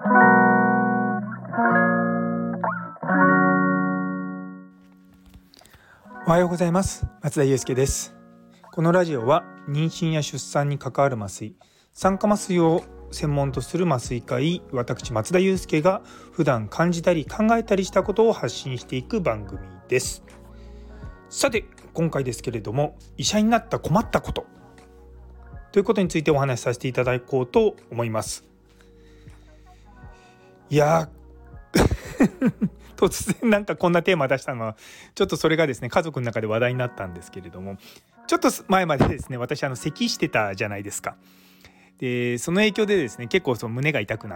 おはようございます。松田祐介です。このラジオは妊娠や出産に関わる麻酔、酸化麻酔を専門とする麻酔科医、私松田祐介が普段感じたり考えたりしたことを発信していく番組です。さて今回ですけれども、医者になった困ったことということについてお話しさせていただこうと思います。いや突然なんかこんなテーマ出したのはちょっとそれがですね、家族の中で話題になったんですけれども、ちょっと前までですね、私咳してたじゃないですか。でその影響でですね、結構その胸が痛くなって、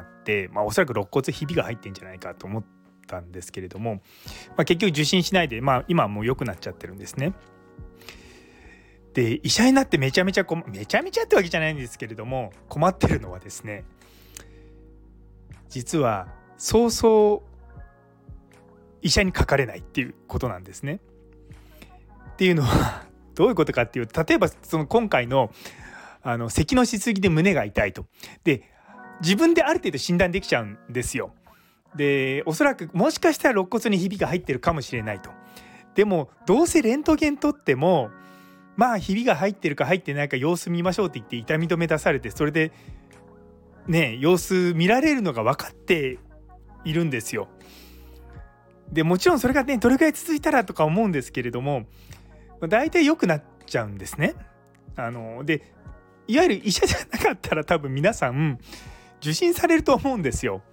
おそらく肋骨ひびが入ってんじゃないかと思ったんですけれども、結局受診しないで、今はもう良くなっちゃってるんですね。で医者になってめちゃめちゃってわけじゃないんですけれども、困ってるのはですね、実はそうそう医者にかかれないっていうことなんですね。っていうのはどういうことかっていうと、例えばその今回の咳のしすぎで胸が痛いと。で自分である程度診断できちゃうんですよ。でおそらくもしかしたら肋骨にひびが入ってるかもしれないと。でもどうせレントゲン取ってもひびが入ってるか入ってないか様子見ましょうって言って痛み止め出されて、それでね様子見られるのが分かっているんですよ。でもちろんそれがねどれくらい続いたらとか思うんですけれども、大体良くなっちゃうんですね。でいわゆる医者じゃなかったら多分皆さん受診されると思うんですよ。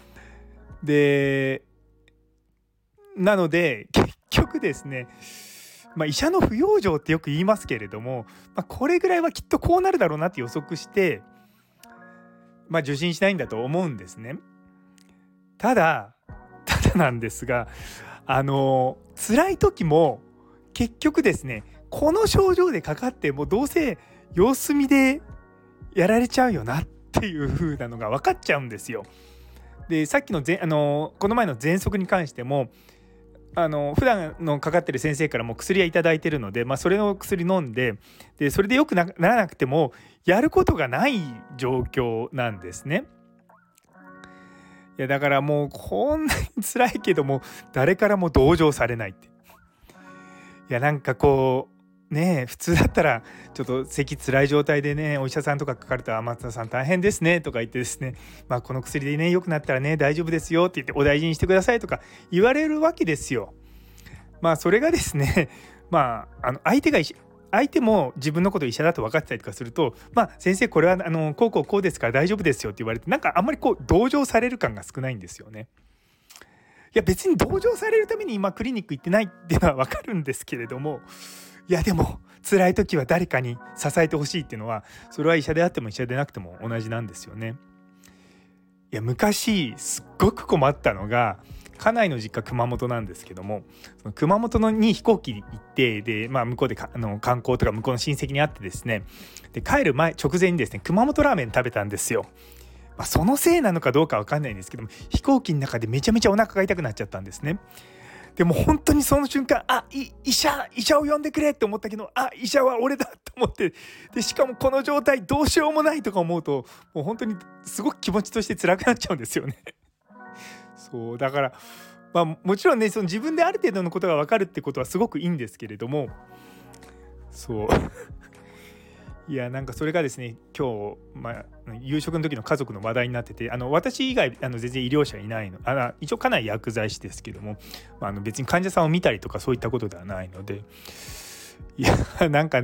でなので結局ですね、医者の不養生ってよく言いますけれども、これぐらいはきっとこうなるだろうなって予測して、受診しないんだと思うんですね。ただなんですが、辛い時も結局ですね、この症状でかかってもどうせ様子見でやられちゃうよなっていう風なのが分かっちゃうんですよ。でさっきのこの前の喘息に関しても普段のかかってる先生からも薬はいただいてるので、それの薬飲んで、それでよくならなくてもやることがない状況なんですね。いやだからもうこんなに辛いけども誰からも同情されないって。いやなんかこうね、普通だったらちょっと咳辛い状態でね、お医者さんとかかかると松田さん大変ですねとか言ってですね、この薬でね良くなったらね大丈夫ですよって言ってお大事にしてくださいとか言われるわけですよ。それがですね相手も自分のこと医者だと分かってたりとかすると、先生これはこうですから大丈夫ですよって言われて、なんかあんまり同情される感が少ないんですよね。いや別に同情されるために今クリニック行ってないっていうのは分かるんですけれども、いやでも辛い時は誰かに支えてほしいっていうのは、それは医者であっても医者でなくても同じなんですよね。いや昔すっごく困ったのが、家内の実家熊本なんですけども、その熊本に飛行機に行って、で、向こうで観光とか向こうの親戚に会ってですね、で帰る直前にですね熊本ラーメン食べたんですよ。そのせいなのかどうか分かんないんですけども、飛行機の中でめちゃめちゃお腹が痛くなっちゃったんですね。でも本当にその瞬間、医者を呼んでくれって思ったけど、医者は俺だと思って、でしかもこの状態どうしようもないとか思うと、もう本当にすごく気持ちとして辛くなっちゃうんですよね。そうだから、もちろんね、その自分である程度のことが分かるってことはすごくいいんですけれども、そういやなんかそれがですね、今日、夕食の時の家族の話題になってて、私以外全然医療者いないの、一応かなり薬剤師ですけども、別に患者さんを見たりとかそういったことではないので、いやなんか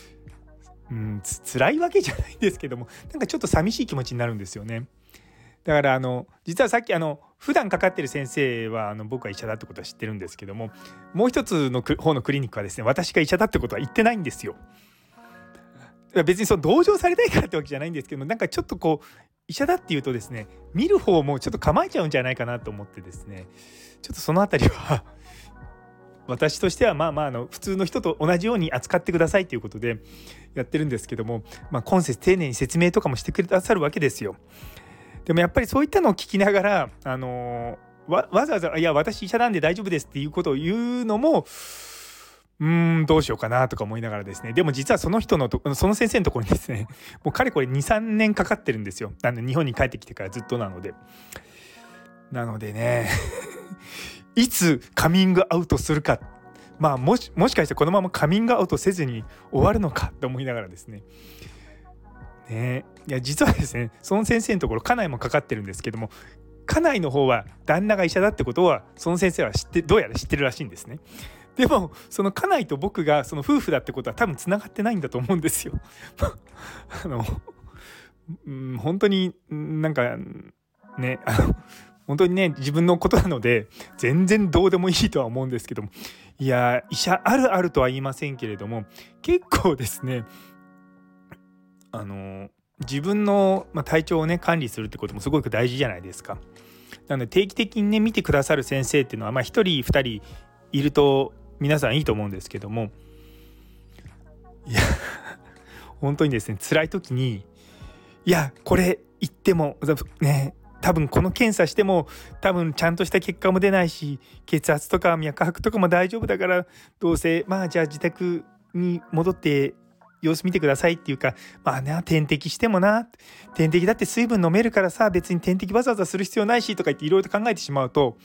辛いわけじゃないんですけども、なんかちょっと寂しい気持ちになるんですよね。だから実はさっき普段かかってる先生は僕は医者だってことは知ってるんですけども、もう一つの方のクリニックはですね、私が医者だってことは言ってないんですよ。別にその同情されたいからってわけじゃないんですけど、なんかちょっと医者だっていうとですね、見る方もちょっと構えちゃうんじゃないかなと思ってですね、ちょっとそのあたりは私としては普通の人と同じように扱ってくださいということでやってるんですけども、今節丁寧に説明とかもしてくださるわけですよ。でもやっぱりそういったのを聞きながら、わざわざいや私医者なんで大丈夫ですっていうことを言うのもどうしようかなとか思いながらですね、でも実はその先生のところにですね、もうかれこれ 2,3 年かかってるんですよ。日本に帰ってきてからずっとなのでねいつカミングアウトするか、もしかしてこのままカミングアウトせずに終わるのかと思いながらですね、いや実はですね、その先生のところ家内もかかってるんですけども、家内の方は旦那が医者だってことはその先生はどうやら知ってるらしいんですね。でもその家内と僕がその夫婦だってことは多分つながってないんだと思うんですよ本当になんかね本当にね自分のことなので全然どうでもいいとは思うんですけども、いや医者あるあるとは言いませんけれども、結構ですね自分の体調をね管理するってこともすごく大事じゃないですか。なので定期的にね見てくださる先生っていうのは1人2人いると皆さんいいと思うんですけども、いや本当にですね辛い時に、いやこれ言ってもね多分この検査しても多分ちゃんとした結果も出ないし、血圧とか脈拍とかも大丈夫だから、どうせじゃあ自宅に戻って様子見てくださいっていうか、点滴しても点滴だって水分飲めるからさ、別に点滴わざわざする必要ないしとか言っていろいろと考えてしまうと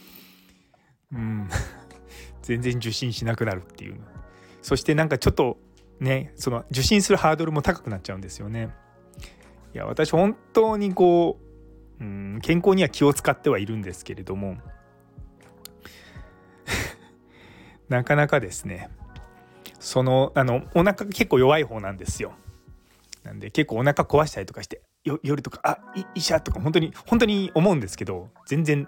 全然受診しなくなるっていう。そしてちょっとねその受診するハードルも高くなっちゃうんですよね。いや私本当に健康には気を使ってはいるんですけれどもなかなかですねお腹が結構弱い方なんですよ。なんで結構お腹壊したりとかして夜とか医者とか本当に思うんですけど、全然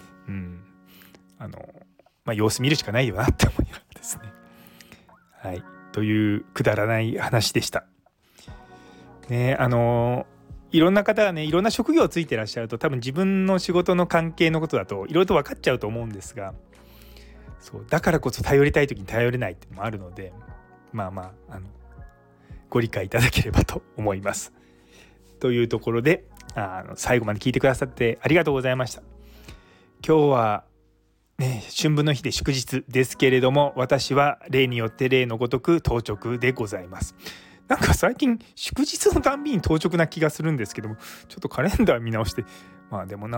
様子見るしかないよなって思いながらですね。はい、というくだらない話でした。ね、いろんな方がねいろんな職業をついてらっしゃると多分自分の仕事の関係のことだといろいろと分かっちゃうと思うんですが、そうだからこそ頼りたい時に頼れないっていうのもあるので、ご理解いただければと思います。というところで最後まで聞いてくださってありがとうございました。今日は春分の日で祝日ですけれども、私は例によって例のごとく当直でございます。最近祝日のたんびに当直な気がするんですけども、ちょっとカレンダー見直してでも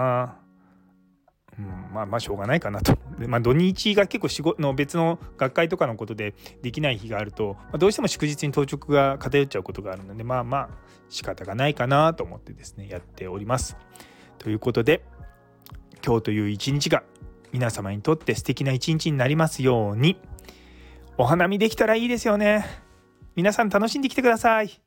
しょうがないかなと。土日が結構仕事の別の学会とかのことでできない日があると、どうしても祝日に当直が偏っちゃうことがあるので仕方がないかなと思ってですねやっております。ということで今日という一日が皆様にとって素敵な一日になりますように。お花見できたらいいですよね。皆さん楽しんできてください。